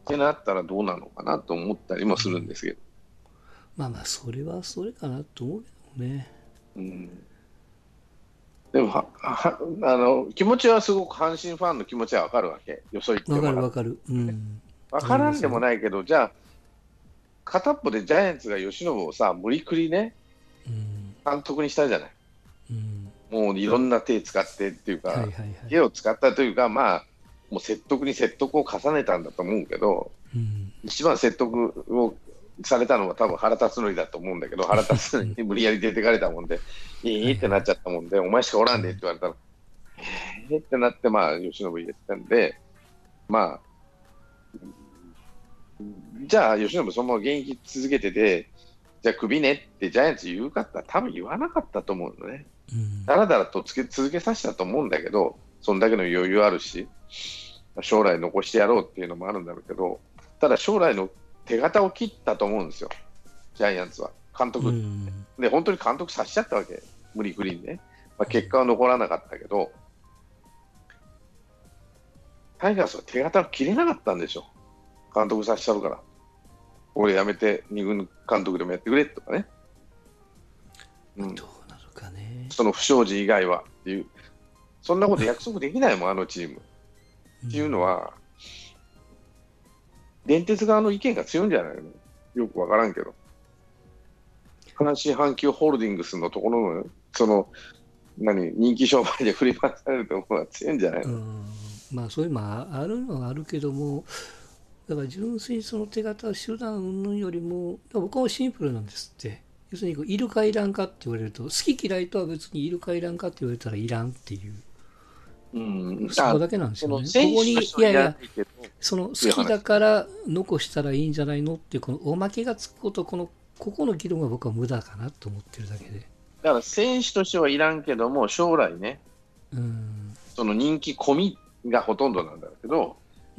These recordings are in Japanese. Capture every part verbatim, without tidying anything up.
ってなったらどうなのかなと思ったりもするんですけど、 まあまあそれはそれかなと思うけどね。 うん、でもははあの気持ちはすごく阪神ファンの気持ちはわかるわけ。よそ行ってわかもらって。 るわかる。うん。 わわかからんでもりますよ。 ないけど、じゃあ、片っぽでジャイアンツが由伸をさ、無理くりね、 うん。 監督にしたじゃない。 うん。 もういろんな手使ってっていうか、 はいはいはい。 手を使ったというか、まあ、もう説得に説得を重ねたんだと思うけど、 うん。 一番説得をされたのは多分腹立つのりだと思うんだけど、腹立つのりに無理やり出てかれたもんで、いいってなっはいはい。 ちゃったもんで、お前しかおらんでってうん。 言われたら、えーってなって、まあ、由伸入れてたんで、まあ、じゃあ、由伸そのまま現役続けてて、じゃあ、クビねってジャイアンツ言うかったら、多分言わなかったと思うのね。 うん。 だらだらとつけ続けさせたと思うんだけど、そんだけの余裕あるし、将来残してやろうっていうのもあるんだろうけど、ただ将来の手形を切ったと思うんですよ、ジャイアンツは。監う督ん。 で、本当に監督させちゃったわけ、無理くりにね。まあ、結果は残らなかったけど、タイガースは手形を切れなかったんでしょ、監督させちゃうから。俺辞めてに軍監督でもやってくれとかね、うん、 どうなるかね。 その不祥事以外はっていう、そんなこと約束できないもん、あのチーム。っていうのうん。 は、電鉄側の意見が強いんじゃないの、よくわからんけど。阪神阪急ホールディングスのところの、その、何、人気商売で振り回されるところが強いんじゃないの。 うん。まあそういうのもあるのはあるけども、だから純粋にその手形手段云々よりも、僕はシンプルなんですって。要するにこういるかいらんかって言われると、好き嫌いとは別にいるかいらんかって言われたらいらんっていう、 うん、あ、 そこだけなんですそのよね。ここに、 選手としてはいいやいや、 らないけど、 そのっていう好きだ話ね。 から残したらいいんじゃないのっていう、このおまけがつくこと、この、ここの議論が僕は無駄かなと思ってるだけで。 だから選手としてはいらんけども、将来ね、 うん、 その人気込みがほとんどなんだけど、 うん、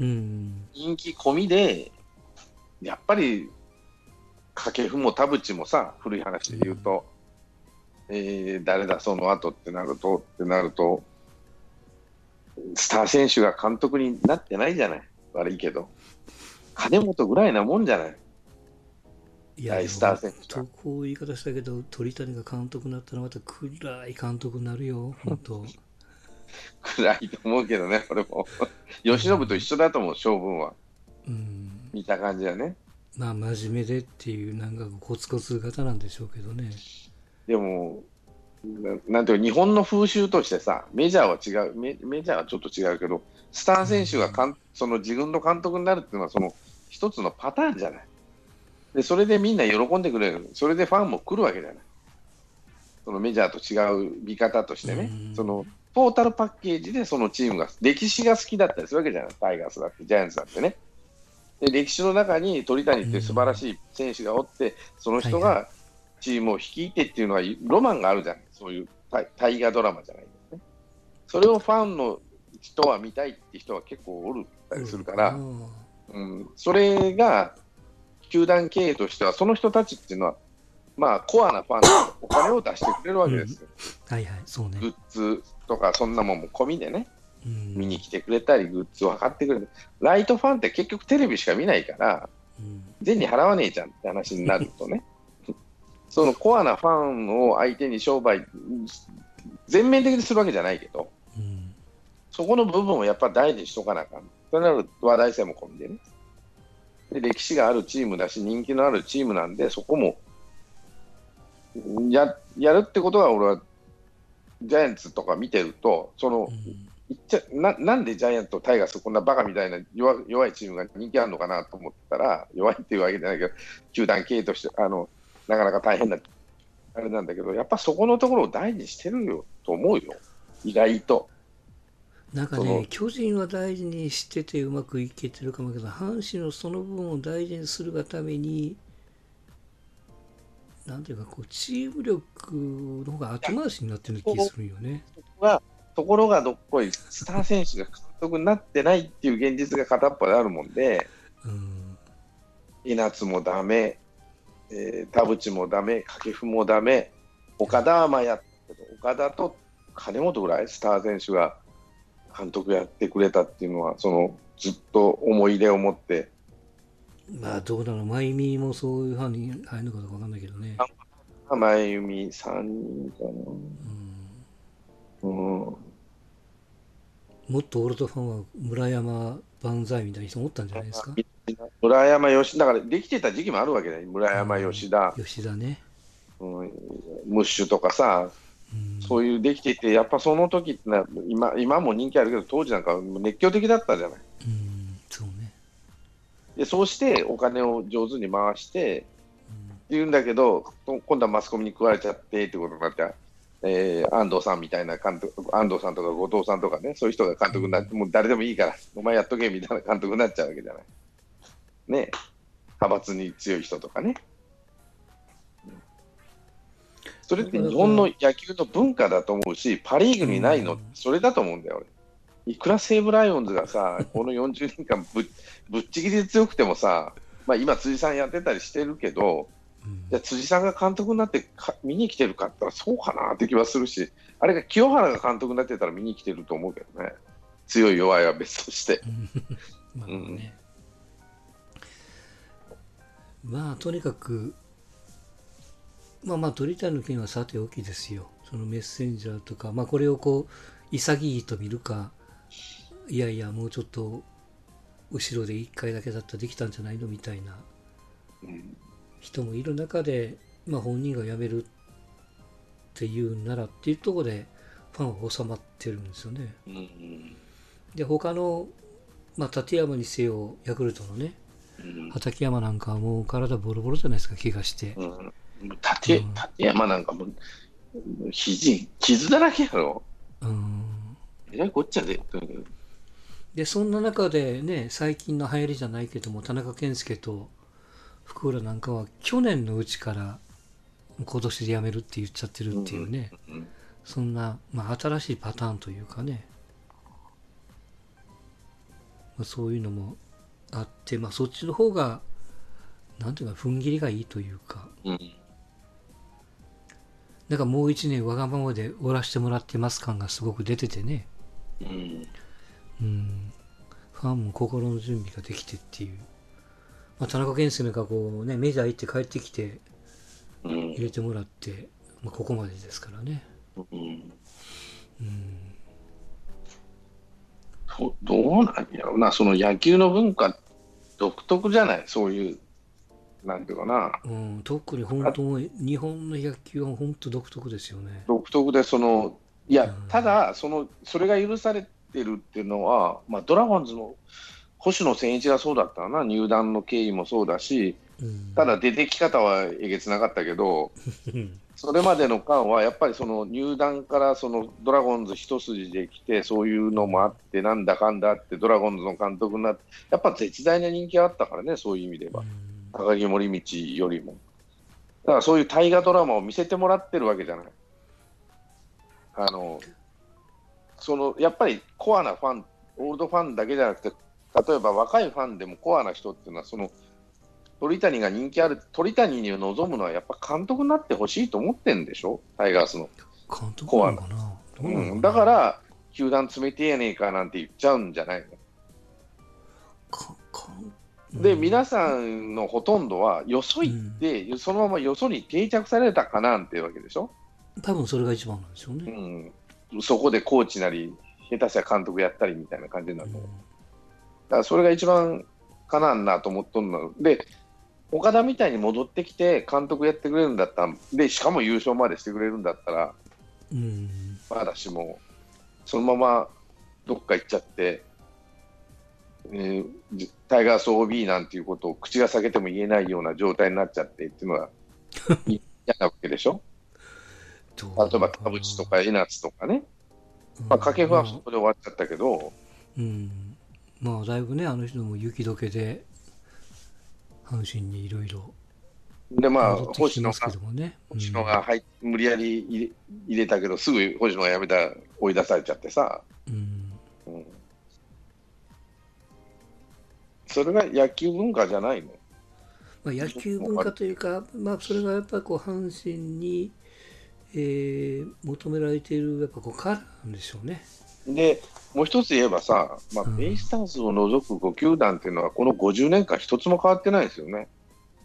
人気込みで、やっぱり掛布も田淵もさ、古い話で言うと、えー誰だ、その後ってなると、ってなると、スター選手が監督になってないじゃない、悪いけど、金本ぐらいなもんじゃない、 いやいや、 大スター本選手が。 当こういう言い方したけど、鳥谷が監督になったらまた暗い監督になるよ、本当。 暗いと思うけどね、俺も。 う由伸と一ん、 緒だと思う、将軍は。 うん。 見た感じはね。 まあ真面目でっていう、なんかコツコツ型なんでしょうけどね。 でも、ななんていうか、日本の風習としてさ、メジャーは違う、メ、メジャーはちょっと違うけど、スターう選手がかん、 んその自分の監督になるっていうのは、その一つのパターンじゃない。で、それでみんな喜んでくれる。それでファンも来るわけじゃない。そのメジャーと違う見方としうてね。そん、 のトータルパッケージでそのチームが、歴史が好きだったりするわけじゃない。タイガースだって、ジャイアンツだってね。で、歴史の中に鳥谷っていう素晴らうん。 しい選手がおって、そのはいはい。 人がチームを率いてっていうのは、ロマンがあるじゃない。そういう大大河ドラマじゃないですね。それをファンの人は見たいって人は結構おるったりおるかな。 するから、うん、それが球団経営としては、その人たちっていうのは、まあ、コアなファンでお金を出してくれるわうん。 けですよ。 はいはい、そうね。 グッズとか、そんなもんも込みでね、 うん。 見に来てくれたり、グッズを買ってくれる。ライトファンって結局テレビしか見ないから、 うん。 銭払わねえじゃんって話になるとね、そのコアなファンを相手に商売、全面的にするわけじゃないけど、 うん。 そこの部分をやっぱ大事にしとかなあかん。となる話題性も込みでね。で、歴史があるチームだし、人気のあるチームなんで、そこもややるってことは、俺はジャイアンツとか見てると、そのうん。 いっちゃななんでジャイアンツとタイガース、こんなバカみたいな弱弱いチームが人気あるのかなと思ったら、弱いっていうわけじゃないけど、球団経営としてあのなかなか大変なあれなんだけど、やっぱそこのところを大事にしてるよと思うよ、意外と。 なんかね、 その巨人は大事にしててうまくいけてるかもけど、阪神のその部分を大事にするがために、なんていうか、こう、チーム力の方が後回しになってる気がとするよね。 がところがどっこい、スター選手が監督になってないっていう現実が片っ端であるもんで、 うん。 稲津もダメ、えー田淵もダメ、掛布もダメ、岡田はまあやったけど、岡田と金本ぐらいスター選手が監督やってくれたっていうのは、そのずっと思い入れを持ってまあどうなの、真由美もそういうファンに入るのかどうかわかんないけどね。 あ真由美さんにんかな。うん。 もっとオールドファンは村山万歳みたいな人もおったんじゃないですか。 村山吉田、だからできてた時期もあるわけだよ。村う山吉田、 ん、吉田ね。 うん、ムッシュとかさ、 うん、 そういうできてて、やっぱその時ってのは今、今も人気あるけど、当時なんか熱狂的だったじゃない。 うん、そうね。 で、そうしてお金を上手に回してって言うんだけど、と今度はマスコミに食われちゃってってことになって、えー安藤さんみたいな監督、安藤さんとか後藤さんとかね、そういう人が監督になって、もう誰でもいいから、お前やっとけみたいな監督になっちゃうわけじゃない。ね、派閥に強い人とかね。それってうん、だから、 日本の野球の文化だと思うし、パ・リーグうにないのってん、 それだと思うんだよ、俺。いくら西武ライオンズがさ、このよんじゅうねんかんぶぶっちぎりで強くてもさ、まあ、今、辻さんやってたりしてるけど、 うん、 じゃあ辻さんが監督になってか見に来てるかって言ったらそうかなって気はするし、あれが清原が監督になってたら見に来てると思うけどね、強い弱いは別として。 うん、まあうん、 ね。まあとにかく、まあまあ鳥谷の件はさておきですよ。そのメッセンジャーとか、まあこれをこう、潔いと見るか、いやいや、もうちょっと後ろでいっかいだけだったらできたんじゃないのみたいなうん、 人もいる中で、まあ本人が辞めるっていうならっていうところで、ファンは収まってるんですよね。 うん、 で、他の、まあ立山にせよ、ヤクルトのね、 うん、 畠山なんかはもう体ボロボロじゃないですか、怪我して。 うん、 うん。 立立山なんかもう肘傷だらけやろ。 うん。 えらいこっちゃで。とにかくで、そんな中でね、最近の流行りじゃないけども、田中健介と福浦なんかは去年のうちから今年で辞めるって言っちゃってるっうん、 ていうね、 うん、 そんな、まあ、新しいパターンというかね、まあ、そういうのもあって、まあ、そっちの方が、なんていうか、踏ん切りがいいというか、 うん、 なんかもう一年わがままで終わらせてもらってます感がすごく出ててね、 うん、 うん、ファンも心の準備ができてっていう、まあ、田中健介なんかこうね、メジャー行って帰ってきてうん、 入れてもらって、まあ、ここまでですからね。 うん。 うん、 どどうなんやろうな、その野球の文化独特じゃない、そういう、なんていうかな、 うん、特に本あ当、日本の野球は本当独特ですよね。 独特で、その、いうん、 や、ただ、その、それが許されてるっていうのは、まあ、ドラゴンズの星野千一がそうだったな、入団の経緯もそうだし、 うん、 ただ出てき方はえげつなかったけど、 うん、 それまでの間は、やっぱりその入団からそのドラゴンズ一筋で来て、そういうのもあって、なんだかんだあって、ドラゴンズの監督になって、やっぱ絶大な人気があったからね、そういう意味では。高木森道よりも。だからそういう大河ドラマを見せてもらってるわけじゃない。あのそのやっぱりコアなファン、オールドファンだけじゃなくて、例えば若いファンでもコアな人っていうのは、その鳥谷が人気ある、鳥谷に望むのはやっぱ監督になってほしいと思ってるんでしょ、タイガースの監督コアな。 なのかな、どうなのうん、 かな。 だから、球団詰めてやねえかなんて言っちゃうんじゃないの。 かかうで、 ん、 皆さんのほとんどは、よそ行っうん、 て、そのままよそに定着されたかなんていうわけでしょ。 多分それが一番なんでしょうね。 うん、そこでコーチなり、下手したら監督やったりみたいな感じになると思う。 うん、 だからそれが一番かなんなと思っとるので、岡田みたいに戻ってきて監督やってくれるんだったら、でしかも優勝までしてくれるんだったら、 うん、 まだしも、そのままどっか行っちゃって、えータイガース オービー なんていうことを口が裂けても言えないような状態になっちゃってっていうのは嫌なわけでしょ。 どう例えば田なのかな。 淵とか江夏とかね、まあ、 うん、 掛布まあ、 はそこで終わっちゃったけど、 うん、まあだいぶね、あの人も雪解けで阪神にいろいろでまあ、 戻ってきてますけ星野がどもね。う星野ん、 が入っ無理やり入れ、入れたけど、すぐ星野が辞めた、追い出されちゃってさ、 うん、 うん、それが野球文化じゃないの。 まあ、野球文化というか、まあ、それがやっぱりこう阪神に、えー求められているやっぱこうカラーなんでしょうね。 で、もう一つ言えばさ、まあ、 うんベイスターズを除くご球団っていうのは、このごじゅうねんかん一つも変わってないですよね。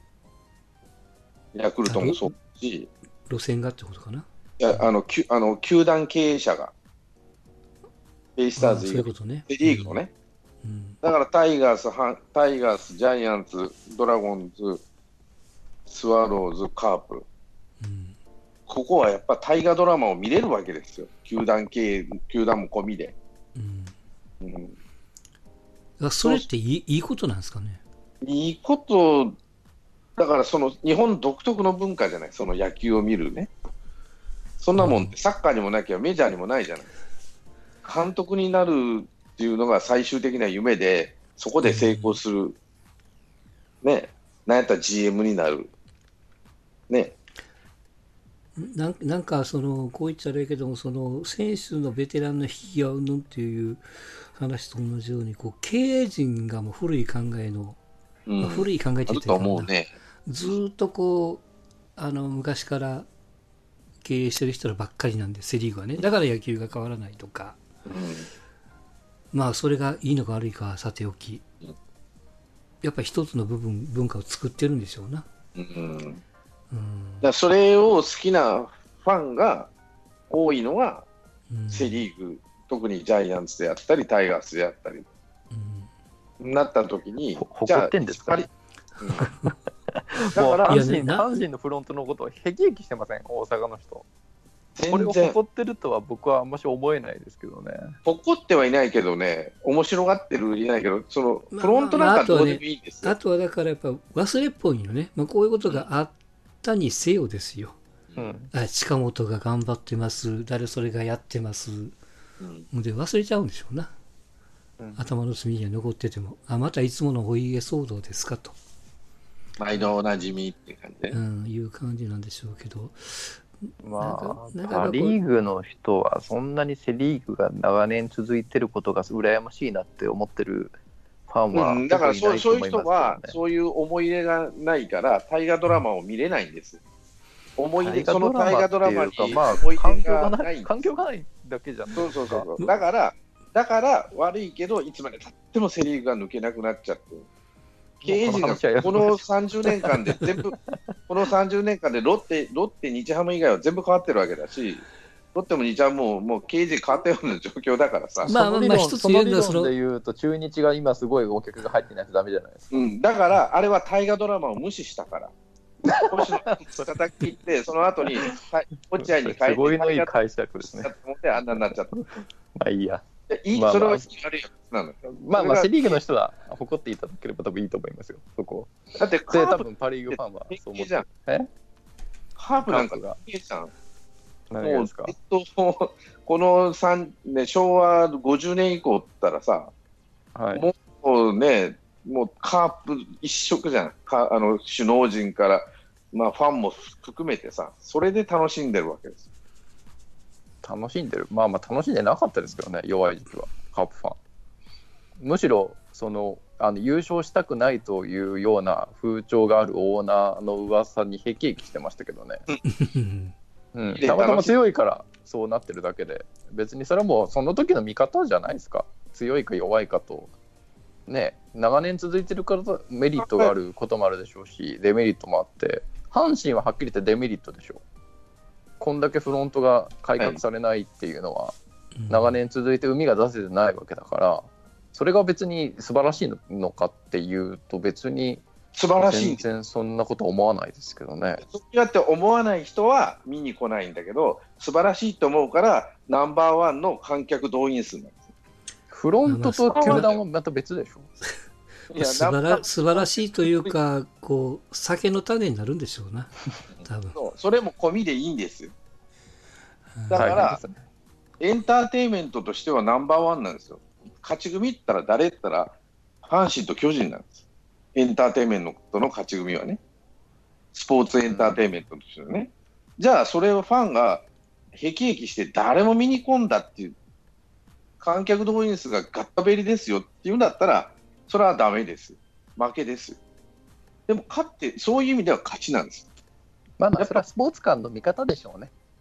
ヤクルトもそうだし、 路線がってことかな。 いやあのきゅあの球団経営者が、ベイスターああ、そういうズ以外、 ことね。 セ・リーグのね、 うんだからタイガース、ハンタイガース、ジャイアンツ、ドラゴンズ、スワローズ、カープ、 うんここはやっぱ大河ドラマを見れるわけですよ、球団経営、球団も込みで。 うんうん、 だからそれっていいいいことなんですかね。 いいことだから、その日本独特の文化じゃない、その野球を見るね、そんなもんってサッカーにもなきゃメジャーにもないじゃない。監督になるっていうのが最終的な夢で、そこで成功する、ね、なんやったら ジーエム になる、ね、 なんなんかそのこう言っちゃあれやけども、その選手のベテランの引きがうんぬんっていう話と同じように、こう経営陣がもう古い考えの、 うんまあ、古い考えってあると言ってるかな、 思うね。 ずーっとこうあの昔から経営してる人らばっかりなんで、セ・リーグはね、だから野球が変わらないとか、 うんまあそれがいいのか悪いかはさておき、やっぱり一つの部分文化を作ってるんでしょうな。 うんだかうんらそれを好きなファンが多いのは、 うんセ・リーグ、特にジャイアンツであったり、タイガースであったり、 うんなった時に、 ほ誇ってんですかじゃあ、うんだもうからいや阪神、 な阪神のフロントのことをへきへきしてません、大阪の人。これ全然を誇ってるとは僕はあんまし思えないですけどね。 怒ってはいないけどね、面白がってるいないけど、そのまあフロントなんまああとはねかどうでもいいんですよ。 あとはだからやっぱ忘れっぽいよね、まあ、こういうことがあったにせよですよ。 うん。 あ近本が頑張ってます、誰それがやってます、 うんで忘れちゃうんでしょうな、 うん頭の隅には残ってても、あまたいつものお家騒動ですかと、 毎度おなじみって感じで、 うん、いう感じなんでしょうけど、 まあ、 なんかなんかパ・リーグの人はそんなにセ・リーグが長年続いてることが羨ましいなって思ってるファンは、 うん、だからそうそういう人はは、 そういう思い入れがないから大河ドラマを見れないんです。思い入れ、その大河ドラ大河ドラママにっていうか、まあ、 思い入れ環境がながないい。 環境がないだけじゃないそうそうそうか。 そう。だからだから悪いけどいつまで経ってもセ・リーグが抜けなくなっちゃって。経営陣がこのさんじゅうねんかんで全部、このさんじゅうねんかんでロッテ、ロッテ、日ハム以外は全部変わってるわけだし、ロッテも日ハムももう経営陣変わったような状況だからさ、 まあまあまあ一つ言えるのはそのその理論で言うと、中日が今すごいお客が入ってないとダメじゃないですか。 うん、だからあれは大河ドラマを無視したから、星野叩き切って、その後にはい落合に変えて、 すごいのいい解釈ですね。 と思ってあんなになっちゃった。 まあいいや。 いいまあまあそれはいい悪いやつなのよ。 まあまあ、 それがセ・リーグの人は誇っていただければ多分いいと思いますよ、そこ。 だってで、多カープ分パ・リーグファンはそう思って平気じゃん。 えカープなんかカープが平気じゃん。 何がですかもうずっとこの三ね、昭和ごじゅうねん以降って言ったらさ、 はい。 もうね、もうカープ一色じゃん、かあの首脳陣から、まあ、ファンも含めてさ、それで楽しんでるわけですよ。 楽しんでる。まあまあ楽しんでなかったですけどね、弱い時期は、カープファン。むしろ、その、あの優勝したくないというような風潮があるオーナーの噂にへきへきしてましたけどね。うん、 でたまたま強いからそうなってるだけで、別にそれはもうその時の見方じゃないですか。強いか弱いかと。ね、長年続いてるからメリットがあることもあるでしょうし、デメリットもあって、阪神ははっきり言ってデメリットでしょう。こんだけフロントが改革されないっていうのは、長年続いて海が出せてないわけだから、それが別に素晴らしいのかっていうと、別に素晴らしい全然そんなこと思わないですけどね。 そうやって思わない人は見に来ないんだけど、素晴らしいと思うからナンバーワンの観客動員数なんです。 フロントと球団はまた別でしょ。 いや素晴ら素晴らしいというか、こう酒の種になるんでしょうな、多分。 そうそれも込みでいいんですよ。だか大変らですね。 エンターテインメントとしてはナンバーワンなんですよ。勝ち組って言ったら誰って言ったら阪神と巨人なんです。エンターテインメントの勝ち組はね、スポーツエンターテインメントとしてね。じゃあそれをファンがへきへきして誰も見に来んだっていう、観客動員数がガッタベリですよっていうんだったら、それはダメです。負けですよ。でも勝って、そういう意味では勝ちなんです。 まあまあ、それはスポーツ界の見方でしょうね。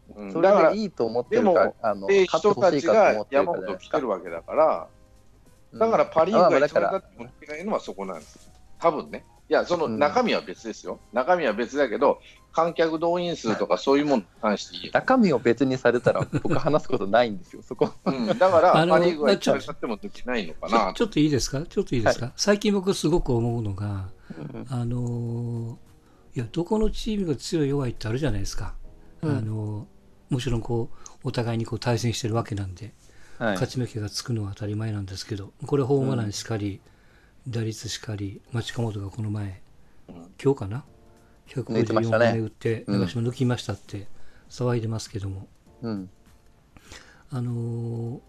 うんそだかられでいいと思ってでもるか、あので勝ってほしい人たちがかと思ってる山ほどかじゃないですか。 来てるわけだから、 うんだからパ・リーグあまあだからが一番だって持ってないのはそこなんです。多分ね。いや、そのうん中身は別ですよ。中身は別だけど、観客動員数とかそういうものに関して言えば中身を別にされたら僕話すことないんですよ、そこ。 うん、だから、 あのパ・リーグは一まあ番勝っても抜けないのかちょなちょっといいですかちょっといいですか、最近僕すごく思うのが、 うんあのーいや、どこのチームが強い弱いってあるじゃないですか。 うんあのーもちろんこう、お互いにこう対戦してるわけなんで、 はい勝ち負けがつくのは当たり前なんですけど、これホームランしかり、打率しかり、町川本がこの前、今日かなひゃくごじゅうよんほんめ打ってうん長島抜きましたって騒いでますけども、 うんあのー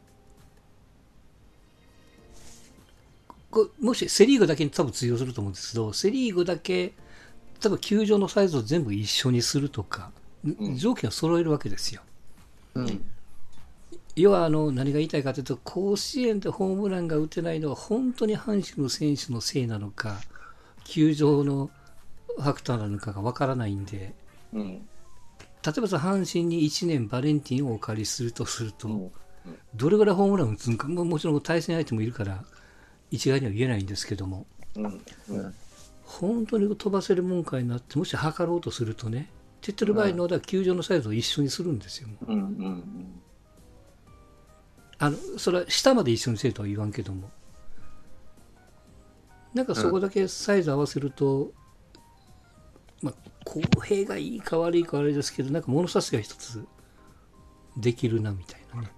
こもしセ・リーグだけに多分通用すると思うんですけど、セ・リーグだけ多分球場のサイズを全部一緒にするとか、 うん条件を揃えるわけですよ。 うん要はあの何が言いたいかというと、甲子園でホームランが打てないのは本当に阪神の選手のせいなのか、球場のファクターなのかがわからないんで、 うん例えばさ阪神にいちねんバレンティンをお借りするとすると、 うんどれぐらいホームラン打つのか、ももちろん対戦相手もいるから一概には言えないんですけども、 うんうん本当に飛ばせるもんかになって、もし測ろうとするとね、手っ取る場合のだから球場のサイズを一緒にするんですよ。 うんうんあのそれは下まで一緒にせえとは言わんけども、なんかそこだけサイズ合わせると、まあ公平がいいか悪いかあれですけど、なんか物差しが一つできるなみたいなね。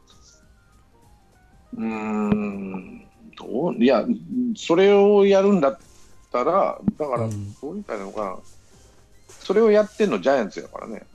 うーんどういや、それをやるんだったら、だから、 うんどう言ったらいいのかな、それをやってんのジャイアンツやからね。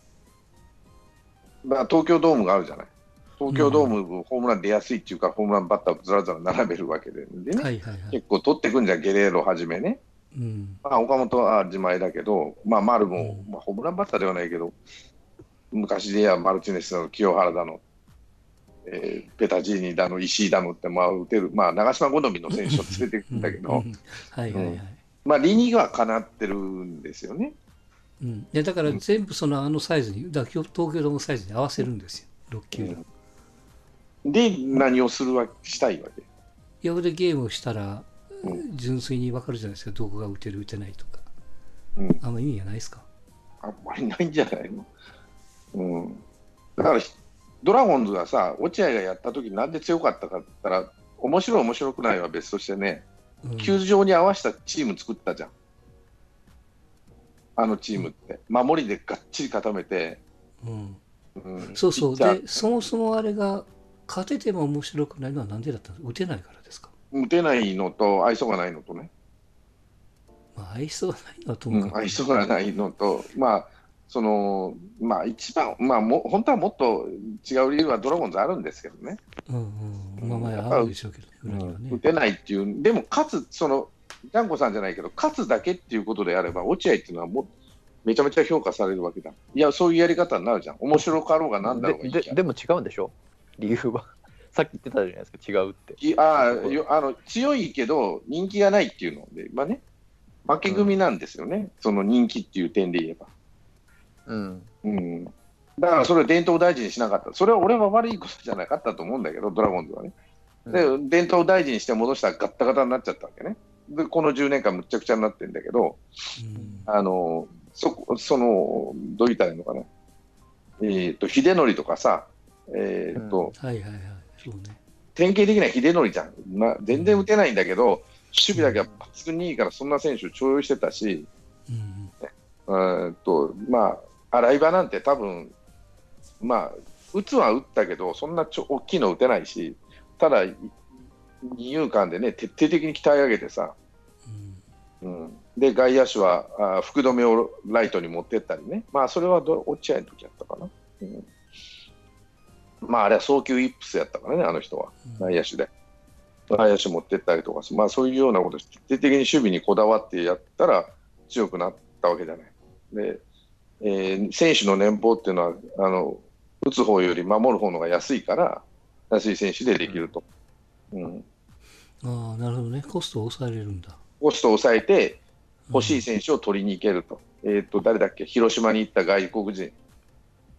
だから東京ドームがあるじゃない。東京ドーム、ホームラン出やすいっていうか、ホームランバッターをずらずら並べるわけで、でね、 はいはいはい。 結構取ってくんじゃん、ゲレーロはじめね。 うんまあ、岡本は自前だけど、まあ、丸も、 うんまあ、ホームランバッターではないけど、昔でやマルティネスだの、清原だの、えーペタジーニだの、石井だのって、まあ、打てる、まあ、長嶋好みの選手を連れてくんだけど、 うんうんはいはいはい。 まあ、理にはかなってるんですよね。 うん、でだから全部そのあのサイズに、だから東京ドームサイズに合わせるんですよ、ろっ球団。 で、何をするわしたいわけ。 いやでゲームをしたら、 うん純粋に分かるじゃないですか、どこが打てる、打てないとか。 うん、 あんま意味がないですか。 あんまりないんじゃないの。うん、だから、ドラゴンズがさ、落合がやった時なんで強かったかって言ったら、面白い、面白くないは別としてね、 うん、 球場に合わせたチーム作ったじゃん。あのチームって、守りでがっちり固めて、 うん、 うんそうそう、 ピッチャーで、そもそもあれが勝てても面白くないのはなんでだったの、打てないからですか。 打てないのと愛想がないのとね、 まあ、愛想がないのはとうん、 もかく、 愛想がないのと、まあ、そのまあ、一番、まあも、本当はもっと違う理由はドラゴンズあるんですけどね、 うんうん、まあまやっぱあ、あるでしょうけど、裏にはね。 打てないっていう、でも勝つ、そのジャンコさんじゃないけど、勝つだけっていうことであれば、落合っていうのはもうめちゃめちゃ評価されるわけだ。いや、そういうやり方になるじゃん、面白かろうがなんだろうがいいじゃん。 でででも違うんでしょ、理由は。さっき言ってたじゃないですか、違うって。 いああよあの強いけど人気がないっていうので、まあね、負け組なんですよね、うん、その人気っていう点で言えば。 うんうん、だからそれを伝統を大事にしなかった、それは俺は悪いことじゃなかったと思うんだけど、ドラゴンズはね。で、うん、伝統を大事にして戻したらガッタガタになっちゃったわけね。で、このじゅうねんかんむっちゃくちゃになってるんだけど、 うん、 あのそその、どう言ったらいいのかな、えーと、秀則とかさ、えーと、 うん、はいはいはい、そうね。 典型的な秀則じゃん、まあ、全然打てないんだけど、守備だけは抜群にいいから、そんな選手を重用してたし、 うん、 うんとまあ、洗い場なんて多分、まあ、打つは打ったけど、そんなちょ大きいの打てないし、ただ、二遊間でね、徹底的に鍛え上げてさ、うんうん、で外野手はあ福留をライトに持ってったりね、まあ、それはど落合の時やったかな。うんまあ、あれは送球イップスやったからね、あの人は、内野手で。内野手持ってったりとか、まあ、そういうようなこと、徹底的に守備にこだわってやったら強くなったわけじゃない。で、えー、選手の年俸っていうのは、あの打つ方より守る方のが安いから、安い選手でできると。うん、 ああ、なるほどね、コストを抑えれるんだ。 コストを抑えて、欲しい選手を取りに行けると。うん、えっと、誰だっけ、広島に行った外国人。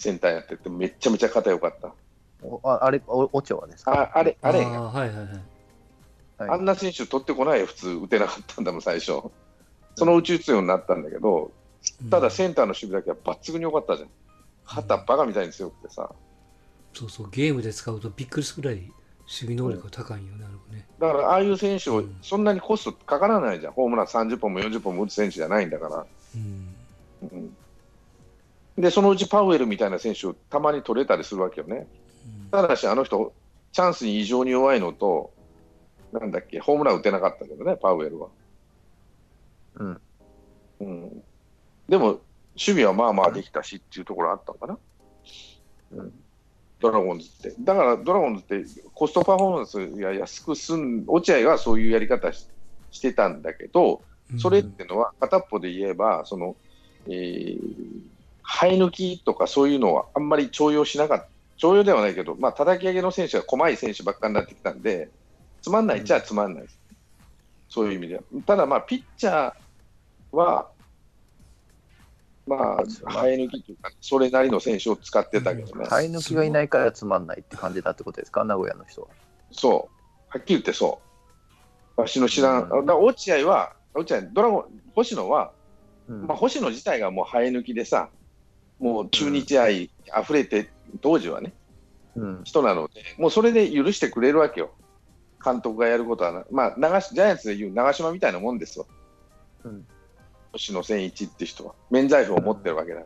センターやってて、めっちゃめちゃ肩良かった。 おああれ、おオチョはですか？ ああれ、あれあ、はいはいはい。 はい、 あんな選手取ってこないよ、普通打てなかったんだもん、最初。そのうち打つようになったんだけど、ただセンターの守備だけは抜群に良かったじゃん。肩バカみたいに強くてさ。 そうそう、ゲームで使うとびっくりするぐらい守備能力が高いよね、うん、ね。 だからああいう選手をそんなにコストかからないじゃん、ホームランさんじゅっぽんもよんじゅっぽんも打つ選手じゃないんだから、うんうん、でそのうちパウエルみたいな選手をたまに取れたりするわけよね、うん、ただしあの人チャンスに異常に弱いのと、なんだっけ、ホームラン打てなかったけどね、パウエルは、 うんうん、でも守備はまあまあできたしっていうところあったのかな、うん、ドラゴンズって。だからドラゴンズってコストパフォーマンスが安く済ん、落合がそういうやり方 し, してたんだけど、それってのは片っぽで言えば、その、えー、生え抜きとかそういうのはあんまり重用しなかった。重用ではないけど、まあ、叩き上げの選手が細い選手ばっかりになってきたんで、つまんないっちゃつまんないです。そういう意味では。ただまあ、ピッチャーは、まあ、生え抜きというか、それなりの選手を使ってたけどね。 生え抜きがいないからつまんないって感じだってことですか、名古屋の人は。 そう、はっきり言ってそう。わしの知らん、うん、だ落合は、落合、ドラゴン、星野は、うんまあ、星野自体がもう生え抜きでさ、もう中日愛あふれて、当時はね、うん、人なので、もうそれで許してくれるわけよ。監督がやることはな、まあ、長ジャイアンツでいう長嶋みたいなもんですよ。うん星野千一って人は免罪符を持ってるわけだから、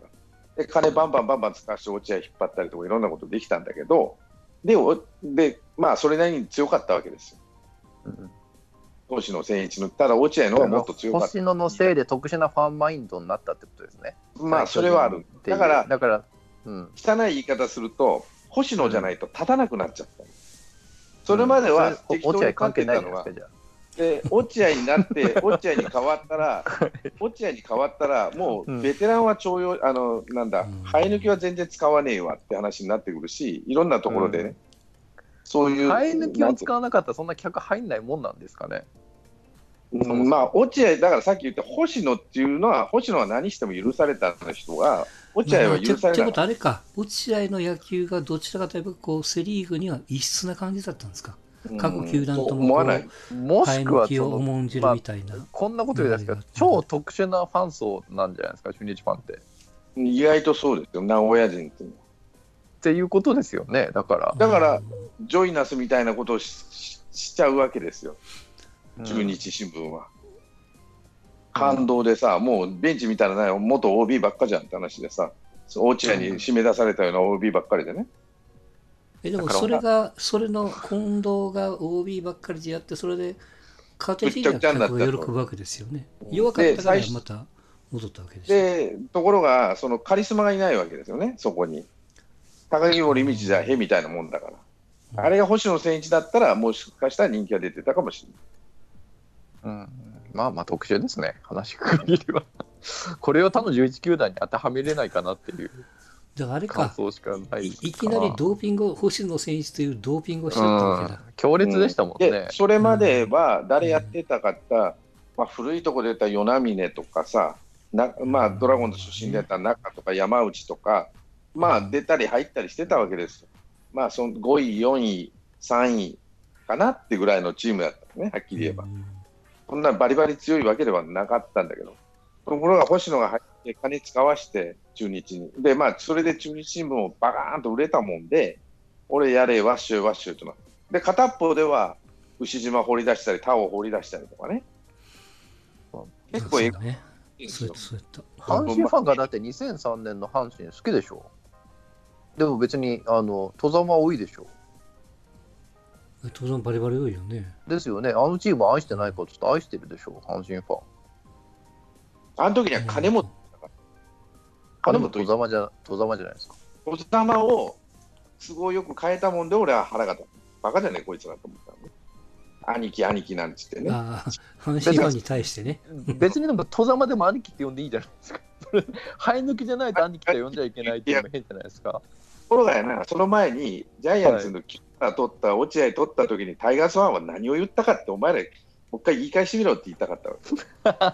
で金バンバンバンバン使わして落合引っ張ったりとかいろんなことできたんだけど、ででまあそれなりに強かったわけですよ、うん、星野千一の。ただ落合の方がもっと強かった。 星野のせいで特殊なファンマインドになったってことですね。 まあそれはある。だからだから、うん、 汚い言い方すると星野じゃないと立たなくなっちゃった、うん、それまでは適当に勝ってたのが、で落合になって落合に変わったら落合に変わったらもうベテランは重用、あのなんだ生え抜きは全然使わねえわって話になってくるし、いろんなところでね、うん、そういう生え抜きを使わなかったらそんな客入んないもんなんですかね。 うん、まあ落合だからさっき言った星野っていうのは星野は何しても許された人が落合は許されない。 ってことあれか、落合の野球がどちらかというとこうセリーグには異質な感じだったんですか。各球団とも思わない。 もしくは生え抜きを重んじるみたいな、 まあ、こんなこと言うですけど超特殊なファン層なんじゃないですか、中日ファンって。 意外とそうですよ、名古屋人っていうのは。 っていうことですよね。だからだからジョイナスみたいなことを し, し, しちゃうわけですよ、中日新聞は。感動でさ、もうベンチ見たらない元 オービー ばっかじゃんって話でさ、落合に締め出されたような オービー ばっかりでね。 えでもそれがそれの近藤が オービー ばっかりでやって、それで勝てていた客が喜ぶわけですよね。弱かったからまた戻ったわけです。 でところがそのカリスマがいないわけですよね、そこに。高木森道じゃへみたいなもんだから、うん、あれが星野千一だったらもしかしたら人気が出てたかもしれない。 うん、まあまあ特殊ですね、話く限りは。これを他のじゅういち球団に当てはめれないかなっていう。 だからあれか、 しかないい, いきなりドーピングを、星野選手というドーピングをしちゃったわけだ。 強烈でしたもんね、うん、 でそれまでは誰やってたかった、うんまあ、古いところで言ったら与那嶺とかさな、まあ、ドラゴンズ出身でやったら中とか山内とか、まあ、出たり入ったりしてたわけですよ。まあ、そのごい、よんい、さんいかなってぐらいのチームだったね、はっきり言えば。うん、そんなバリバリ強いわけではなかったんだけど、ところが星野が入って金使わして中日にで、まあ、それで中日新聞もバカーンと売れたもんで、俺やれワッシュワッシュとなで、片っぽでは牛島掘り出したり他を掘り出したりとかね、結構ええね。そうやったそうやった。 阪神ファンがだってにせんさんねんの阪神好きでしょ。でも別にあの戸様多いでしょ。 戸様バリバリ多いよね。 ですよね。あのチーム愛してないかちょっと愛してるでしょ、阪神ファン。 あの時には金も、うん、 金も戸様じゃ戸様じゃないですか。 戸様を都合よく変えたもんで俺は腹が立った。バカじゃねえこいつらと思ったのね。兄貴兄貴なんつってね。 ああ、阪神ファンに対してね。 別にでも戸様でも兄貴って呼んでいいじゃないですか。生え抜きじゃないと兄貴と呼んじゃいけないっていうのも変じゃないですか。 ところがやな、その前にジャイアンツのキャッチャー取った、落合取った時にタイガースファンは何を言ったかって、お前らもう一回言い返してみろって言いたかったわけ。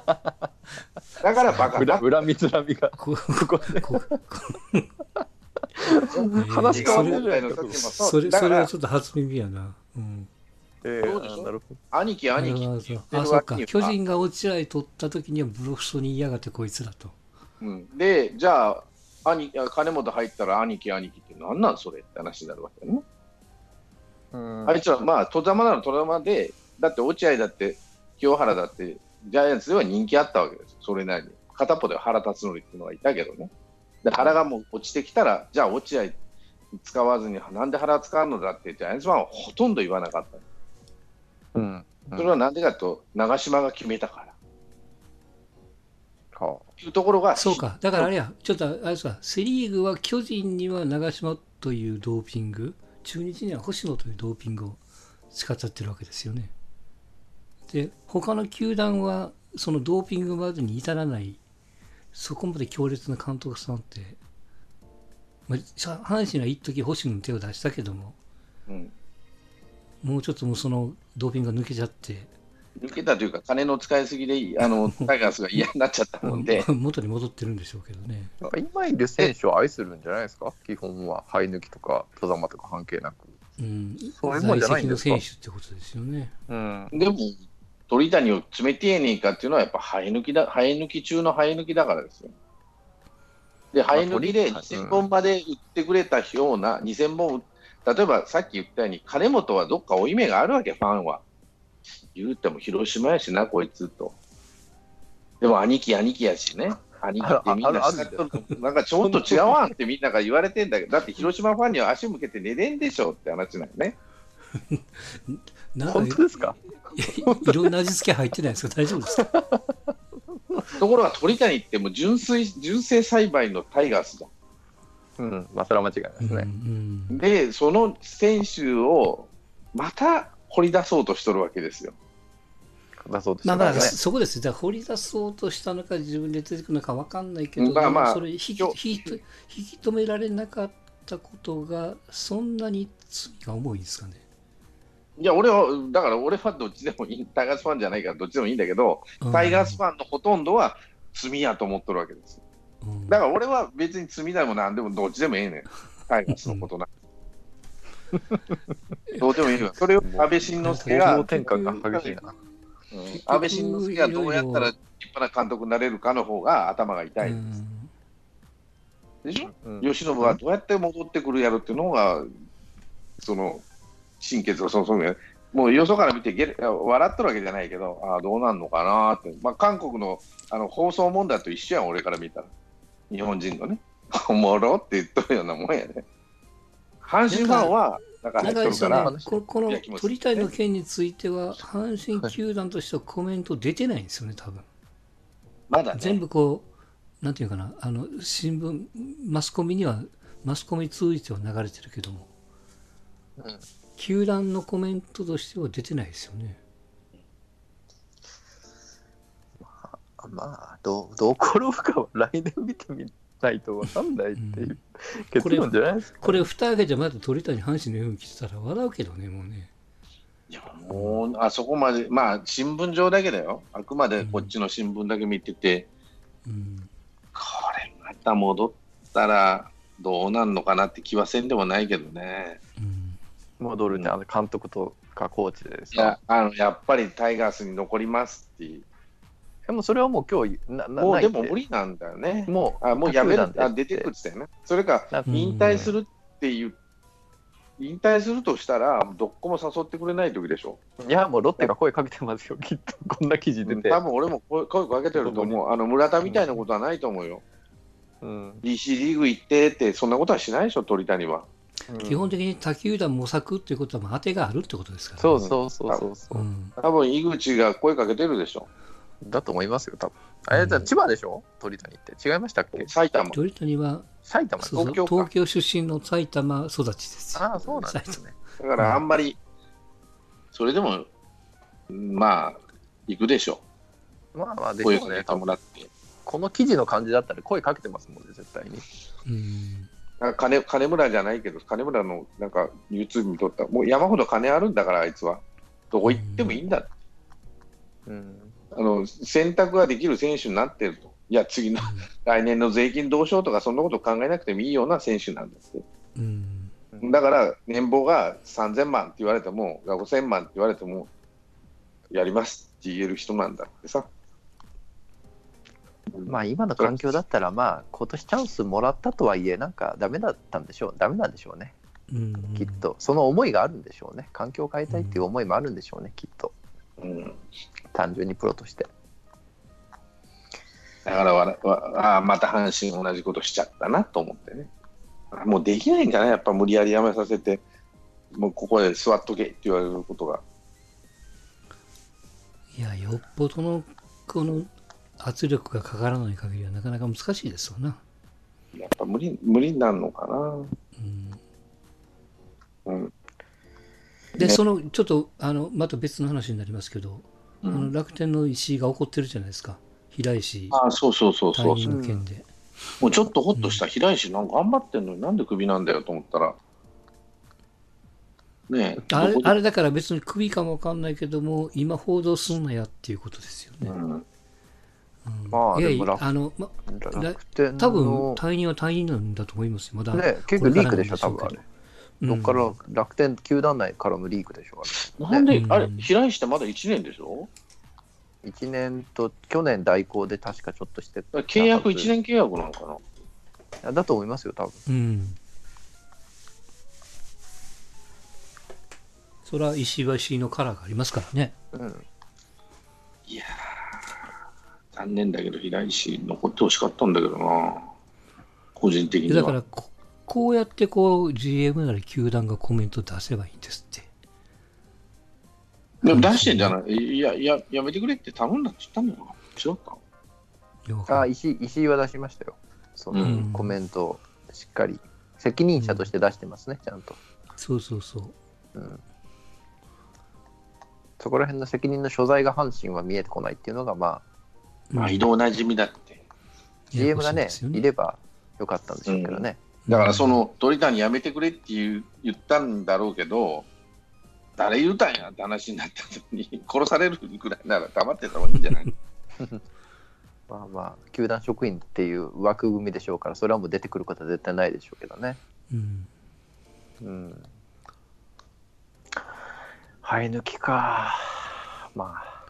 だからバカだ。 恨みつらみがここで。 話変わってるじゃないのですか。 時もそうそれだからそれはちょっと初耳やな。うん。 えそうでしょー、なるほど。 兄貴兄貴なるほどって言ってるあ、そっか。 割には、 巨人が落合取った時にはブロフソに嫌がってこいつらと。 うん、でじゃあ兄金本入ったら兄貴兄貴って何なんそれって話になるわけよね。 うんあいつはまあ戸玉なら戸玉で、だって落合だって清原だってジャイアンツでは人気あったわけですよ。それなりに片っぽでは原辰徳っていうのがいたけどね。で原がもう落ちてきたら、じゃあ落合使わずになんで原使うのだってジャイアンツファンはほとんど言わなかった。 うんそれはなんでかと長嶋が決めたからはというところが、 そうか。だからあれや、ちょっとあれですか、セ・リーグは巨人には長嶋というドーピング、中日には星野というドーピングを使っちゃってるわけですよね。で、他の球団はそのドーピングまでに至らない、そこまで強烈な監督さんって、まあ、阪神は一時星野の手を出したけども、 うんもうちょっともうそのドーピングが抜けちゃって、 抜けたというか金の使いすぎであのタイガースが嫌になっちゃったもんで元に戻ってるんでしょうけどね。 やっぱ今いる選手を愛するんじゃないですか、基本は。生え抜きとか、戸玉とか関係なく。 うん、 そういうもんじゃないん在籍のですか選手ってことですよね。 うん。 でも鳥谷を詰めてえねえかっていうのはやっぱ生え抜きだ、生え抜き中の生え抜きだからですよ。で生え抜きでまあにせんぼんまで売ってくれたようなにせんぼん売っ例えばさっき言ったように金本はどっか負い目があるわけ、ファンは。言うても広島やしな、こいつと。でも兄貴、兄貴やしね。兄貴ってみんな慕っとるとなんかちょっと違うわんってみんなが言われてんだけど、だって広島ファンには足向けて寝れんでしょって話なのね。 なんか本当ですか？ いいろんな味付け入ってないですか？大丈夫ですか？ ところが鳥谷ってもう純粋、純正栽培のタイガースだ。 うん、まあそれは間違いないですね。 うんうん、 で、その選手をまた掘り出そうとしとるわけですよ。 だそうですまあまあよね。 そこですよ。じゃあ掘り出そうとしたのか自分で出てくるのか分かんないけど、 まあまあそれ引き今引き引き止められなかったことがそんなに罪が重いんですかね。 いや、俺は、だから俺はどっちでもいい、タイガースファンじゃないからどっちでもいいんだけど、タイガースファンのほとんどは罪やと思っとるわけですよ。 うん、 だから俺は別に罪でもなんでもどっちでもええねん、タイガースのことな。どうでもいいわ。それを安倍晋之助が、 方向転換が激しいな。 うん安倍晋之助がどうやったら立派な監督になれるかの方が頭が痛い。 うんでしょ、 うん吉信はどうやって戻ってくるやろっていうのが、その心血がそうそうね、もうよそから見てゲレ笑っとるわけじゃないけど、ああ、どうなんのかなって、まあ、韓国のあの放送問題と一緒やん、俺から見たら、日本人のね、おもろって言っとるようなもんやね。阪神ファンは、なんか入っとるから、 ね、ここの鳥谷の件については、阪神球団としてはコメント出てないんですよね、多分まだね、 全部こう、なんていうかな、あの新聞、マスコミには、マスコミ通じては流れてるけども、 うん、 球団のコメントとしては出てないですよね。 まあ、どう、どう転ぶかは来年見てみないと分かんないっていう、うん、結論じゃないですか、ね。 これ、蓋開けてまだ鳥谷、阪神のように来てたら笑うけどね、もうね。 いやもうあそこまで、まあ、新聞上だけだよ、あくまでこっちの新聞だけ見てて、 うん、 これまた戻ったらどうなんのかなって気はせんでもないけどね。 うん、 戻るね、あの監督とかコーチでですか。 いや、あのやっぱりタイガースに残りますっていう。 でもそれはもう今日ななもうでないっても無理なんだよね。 もうあもうやめる、 他球団であ出てくって言ったよね。それかなんか引退するっていう、引退するとしたらどっこも誘ってくれない時でしょ。 いやもうロッテが声かけてますよ、きっとこんな記事出て。 多分俺も声声かけてると思う。あの村田みたいなことはないと思うよ。 うん、 ディーシー リーグ行ってってそんなことはしないでしょ、鳥谷は。 うん、 基本的に他球団模索っていうことは当てがあるってことですから、ね、 そうそうそうそうそう、 うん、 多分井口が声かけてるでしょ。 だと思いますよ、多分。あれ、じゃあ千葉でしょ、鳥谷って。違いましたっけ？ 埼玉。 鳥谷は埼玉そうそう東京か東京出身の埼玉育ちですよ。 ああ、そうなんですね。 だからあんまり、それでも、まあ、行くでしょ。 まあまあ、でし声かけょうね。 てもらって。 この記事の感じだったら声かけてますもんね、絶対に。 うんなんか金金村じゃないけど、金村のなんか YouTube に撮った、もう山ほど金あるんだから、あいつは。どこ行ってもいいんだ。 うん。 あの選択ができる選手になってると。 いや次の来年の税金どうしようとかそんなこと考えなくてもいいような選手なんですよ。 うん、 だから年俸がさんぜんまんって言われてもごせんまんって言われてもやりますって言える人なんだってさ。 まあ今の環境だったらまあ今年チャンスもらったとはいえなんかダメだったんでしょうダメなんでしょうね、 うん、 きっとその思いがあるんでしょうね。環境を変えたいっていう思いもあるんでしょうね、きっと、 うん、 単純にプロとして。 だからわわあまた阪神同じことしちゃったなと思ってね。もうできないんじゃないやっぱ無理やりやめさせてもうここで座っとけって言われることが。 いやよっぽどのこの圧力がかからない限りはなかなか難しいですよな。 やっぱ無理無理になるのかな。 うんうん、 で、 ね、 そのちょっとあのまた別の話になりますけど、 うん、 あの楽天の石井が怒ってるじゃないですか。平石ああそうそうそうそう退任の件で、 もうちょっとほっとした平石なんか頑張ってんのになんでクビなんだよと思ったらねえあれどこであれだから別にクビかもわかんないけども今報道すんなやっていうことですよね。 うん、 うんまあいやいでも楽やあの、ま、 楽天の多分退任は退任なんだと思いますよ。まだね、結構リークでしょ多分あれ、 うん、 どっから楽天球団内からのリークでしょあれ、 なんで、 ね、 あれ平石ってまだいちねんでしょ。 いちねんと去年代行で確かちょっとして契約いちねん契約なのかな。 だと思いますよ多分。 うんそれは石橋のカラーがありますからね。 うん、 いやー残念だけど平石残ってほしかったんだけどな個人的には。 だからここうやってこう ジーエム なり球団がコメント出せばいいんですって。 でも出してんじゃない。いやいややめてくれって頼んだって言ったんだよな。違ったあ石井石井は出しましたよその、 うん、 コメントをしっかり責任者として出してますね、うん、ちゃんと。 そうそうそう、 うん、そこら辺の責任の所在が阪神は見えてこないっていうのがまあ毎度おなじみだって。 ジーエム がね、 ねいればよかったんでしょうけどね。 うん、だからその鳥谷やめてくれって言言ったんだろうけど、誰言うたんやって話になった時に殺されるぐらいなら黙ってた方がいいんじゃないまあまあ球団職員っていう枠組みでしょうからそれはもう出てくることは絶対ないでしょうけどね。 うん。 うん。生え抜きか。まあ。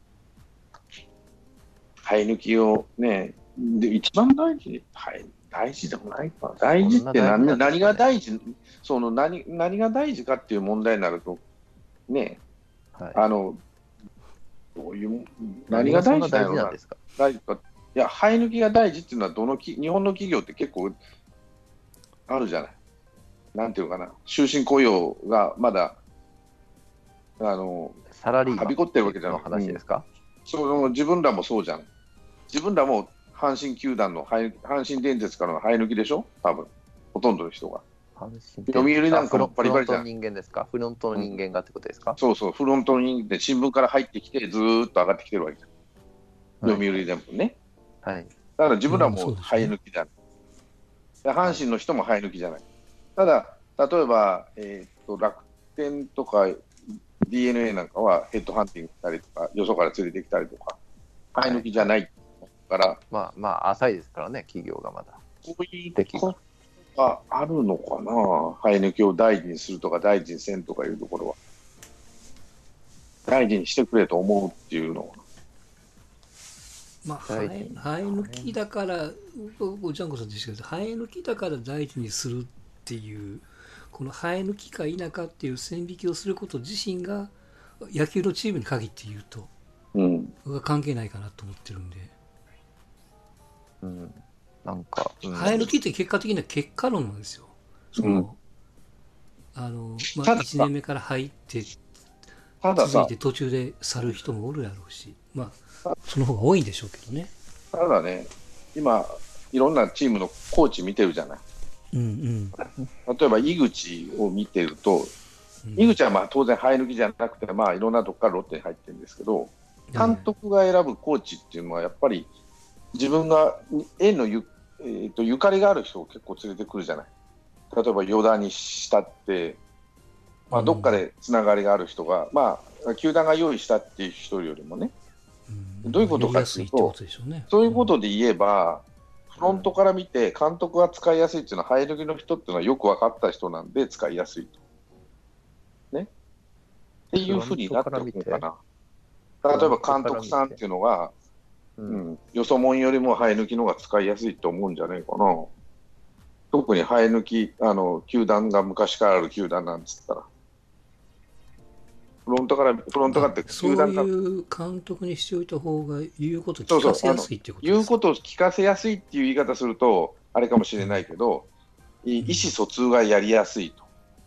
生え抜きをね、で一番大事、はい、大事でもないか。大事って 何, ね、 何が大事、その 何, 何が大事かっていう問題になると、ね、はい、あの、どういう何が大事だろうな。大事か。いや、生え抜きが大事っていうのはどのき、日本の企業って結構あるじゃない。なんていうかな、終身雇用がまだ、あの、 サラリーマンはびこってるわけじゃない。 の話ですか、 うん、その自分らもそうじゃん。自分らも阪神球団の阪神電鉄からの生え抜きでしょ、多分ほとんどの人が。読売なんかもバリバリじゃん。 フロントの人間ですか、フロントの人間がってことですか、うん、 そうそう、フロントの人間で新聞から入ってきて、ずーっと上がってきてるわけじゃん、はい、読売でもね。はい、だから自分らも生え抜きだ、ね、阪神の人も生え抜きじゃない。ただ、例えば、えー、と楽天とか ディーエヌエー なんかはヘッドハンティングしたりとか、よそから連れてきたりとか、生え抜きじゃないから、はい、 まあまあ、浅いですからね、企業がまだ。 そういうことがあるのかな、生え抜きを大事にするとか、大事にせんとかいうところは。大事にしてくれと思うっていうのは。 まあ、生え抜きだから、おジャンコさんと一緒ですけど、生え抜きだから大事にするっていう、この生え抜きか否かっていう線引きをすること自身が、野球のチームに限って言うと、うん、僕は関係ないかなと思ってるんで。 うん、なんか、 うん、生え抜きって結果的には結果論なんですよ。その、うん、あの、まあ、いちねんめから入って、続いて途中で去る人もおるやろうし、まあ、その方が多いんでしょうけどね。 ただね、今、いろんなチームのコーチ見てるじゃない。 うんうん、 例えば、井口を見てると、うん、井口はまあ当然、生え抜きじゃなくて、まあ、いろんなとこからロッテに入ってるんですけど、監督が選ぶコーチっていうのは、やっぱり自分が縁の ゆ,、えー、とゆかりがある人を結構連れてくるじゃない。例えば、与田にしたって、まあ、どっかでつながりがある人が、うん、まあ、球団が用意したっていう人よりもね、 どういうことかっていうと、そういうことで言えば、フロントから見て監督が使いやすいっていうのは、生え抜きの人っていうのはよく分かった人なんで使いやすいと。ね。っていうふうになっておくのかな。例えば監督さんっていうのが、うん、よそもんよりも生え抜きの方が使いやすいと思うんじゃないかな。特に生え抜き、あの球団が昔からある球団なんつったら。フロントから、フロントからって球団から。 そういう監督にしておいた方が言うことを聞かせやすいっていうことですか。 言うことを聞かせやすいっていう言い方すると、あれかもしれないけど、うん、意思疎通がやりやすいと。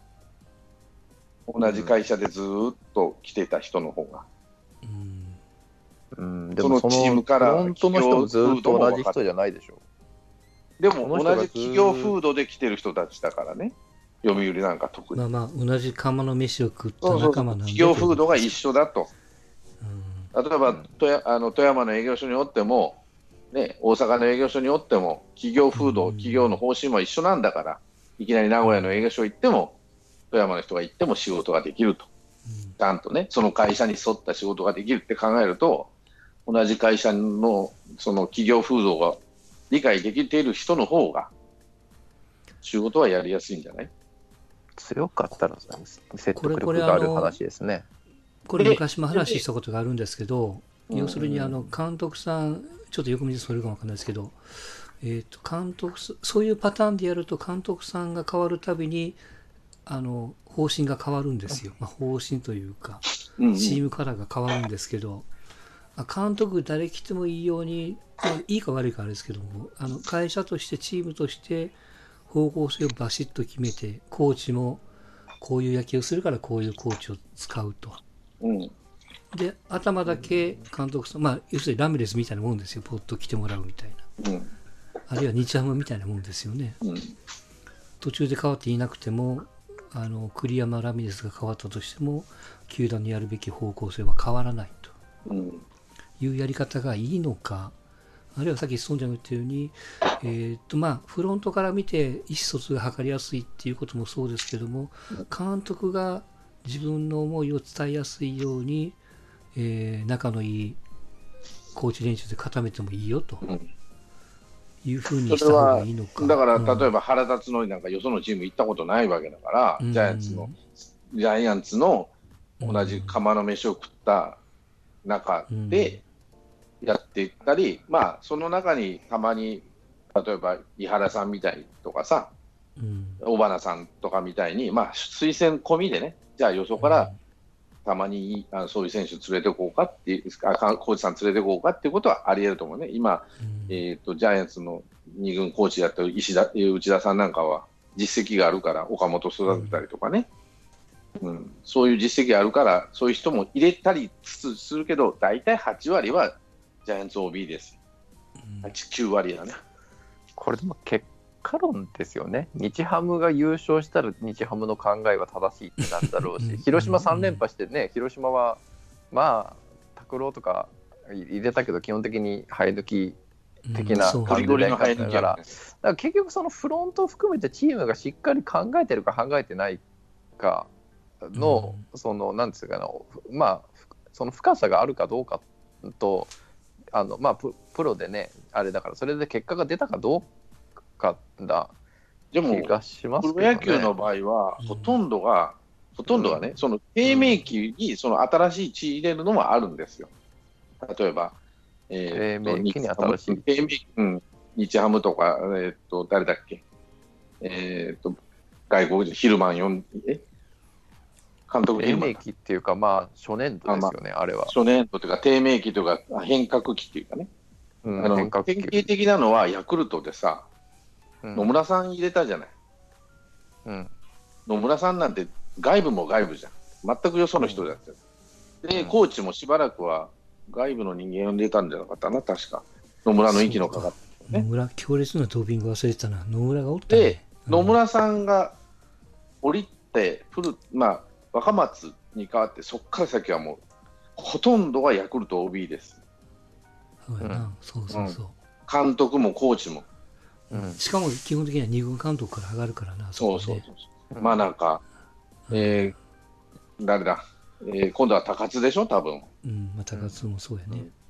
同じ会社でずっと来てた人の方が。 うん、でもそのチームからフロントの人もずっと同じ人じゃないでしょ。 でも同じ企業風土で来てる人たちだからね。読売なんか特に。 まあまあ同じ釜の飯を食った仲間なんで。 企業風土が一緒だと。うん、例えば、うん、富山あの富山の営業所におっても、ね、大阪の営業所におっても企業風土、うん、企業の方針は一緒なんだから、いきなり名古屋の営業所行っても富山の人が行っても仕事ができると。うん、ちゃんとね、その会社に沿った仕事ができるって考えると、同じ会社のその企業風土が理解できている人の方が仕事はやりやすいんじゃない？ 強かったら説得力がある話ですね。 これこれ昔も話したことがあるんですけど、要するにあの監督さん、ちょっと横道それるかもわかんないですけど、えー、と監督そういうパターンでやると監督さんが変わるたびにあの方針が変わるんですよ。まあ、方針というかチームカラーが変わるんですけど、監督誰来てもいいように、まあ、いいか悪いかあれですけども、あの会社としてチームとして方向性をバシッと決めて、コーチもこういう野球をするからこういうコーチを使うと、うん、で頭だけ監督さん、まあ要するにラミレスみたいなもんですよ。ポッと来てもらうみたいな、うん、あるいは日ハムみたいなもんですよね、うん、途中で変わっていなくても、あの栗山ラミレスが変わったとしても球団のやるべき方向性は変わらないと、うんいうやり方がいいのか、あるいはさっき孫ちゃんが言ったように、えーとまあ、フロントから見て意思疎通が図りやすいっていうこともそうですけども、監督が自分の思いを伝えやすいように、えー、仲のいいコーチ練習で固めてもいいよというふうにした方がいいのか。 だから、うん、例えば原辰徳なんかよそのチーム行ったことないわけだから、うん、ジャイアンツのジャイアンツの同じ釜の飯を食った中でやっていったり、うん、まあその中にたまに例えば井原さんみたいとかさ、うん、尾花さんとかみたいに、まあ、推薦込みでね、じゃあよそからたまにあのそういう選手連れてこうかっていうコーチさん連れてこうかっていうことはあり得ると思うね。今、うん、えーと、ジャイアンツのに軍コーチやってる石田内田さんなんかは実績があるから岡本育てたりとかね、うん、そういう実績あるからそういう人も入れたりつつするけど、大体はち割はジャイアンツ オービー です。はち、きゅう割だね。 これでも結果論ですよね。日ハムが優勝したら日ハムの考えは正しいってなるだろうし、広島さん連覇してね、広島はまあ拓郎とか入れたけど基本的に生え抜き的な感じで、だから結局そのフロントを含めてチームがしっかり考えてるか考えてないかの、うん、そのなんですかね、まあその深さがあるかどうかと、あのまあ プ, プロでねあれだから、それで結果が出たかどうかだ気がしますけどね。 プロ野球の場合はほとんどが、うん、ほとんどがね、その低迷期にその新しい血入れるのもあるんですよ。例えば、 えー、低迷期に新しい低迷期、うん、日ハムとか、えー、っと誰だっけ、えー、っと外国人ヒルマン呼んえ監督低迷期っていうか、まあ初年度ですよね、あ,、まあ、あれは。 初年度というか低迷期というか変革期っていうかね。うん、あの変革期典型的なのはヤクルトでさ、うん、野村さん入れたじゃない。うん、野村さんなんて外部も外部じゃん。全くよその人だったよ。うん、で、コーチもしばらくは外部の人間を入れたんじゃなかったな、確か。野村の息のかかった、 ね。野村、強烈なドーピング忘れてたな。野村がおったね。 で、うん、野村さんが降りて、フル、まあ、若松に変わって、そこから先はもう、ほとんどがヤクルト オービー です。 そうやな、うん、そうそうそう。 監督もコーチも。 うん、しかも基本的にはに軍監督から上がるからな。 そうそうそうそう。まあなんか、えー、誰だ、えー、今度は高津でしょ、多分。 うん、まあ、高津もそうやね。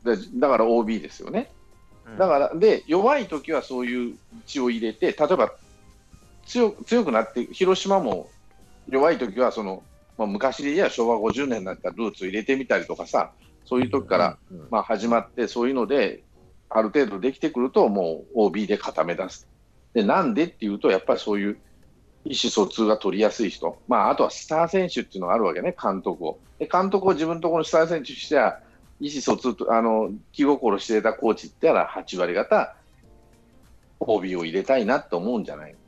でだから オービー ですよね。だからで弱い時はそういう血を入れて、例えば強強くなって、広島も弱い時はその、まあ、昔で言えばしょうわごじゅうねんだったらルーツ入れてみたりとかさ、そういう時から、 うんうんまあ、始まって、そういうのである程度できてくるともう オービー で固め出す。でなんでっていうと、やっぱりそういう意思疎通が取りやすい人、まあ、あとはスター選手っていうのがあるわけね、監督を。で監督を自分のところのスター選手にしては、意思疎通とあの気心していたコーチって言ったらはち割方 オービー を入れたいなと思うんじゃない、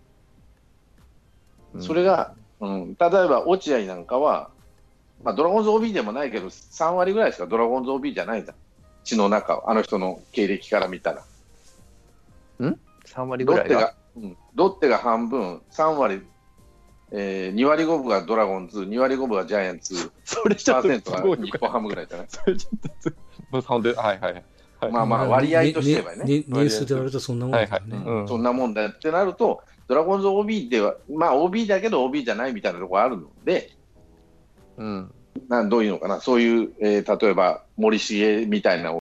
うん、それが、うん、例えば落合なんかは、まあ、ドラゴンズ オービー でもないけどさん割ぐらいですか、ドラゴンズ オービー じゃないんだ、血の中を、あの人の経歴から見たら。 ん ?さん 割ぐらいがロッテが、うん、ロッテが半分、さん割、えー、に割ごぶがドラゴンズ、に割ごぶがジャイアンツ、 それちょっといちパーセントが日本ハムぐらいじゃない。 それちょっと、ほんで、はいはい。はい、 まあまあ、割合としてはね。 ねね年数で割るとそんなもんだよね、 はいはいうん。 そんなもんだってなると、ドラゴンズ オービー では、まあ オービー だけど オービー じゃないみたいなところがあるので、 うん、 なんどういうのかな、そういう、えー、例えば森重みたいな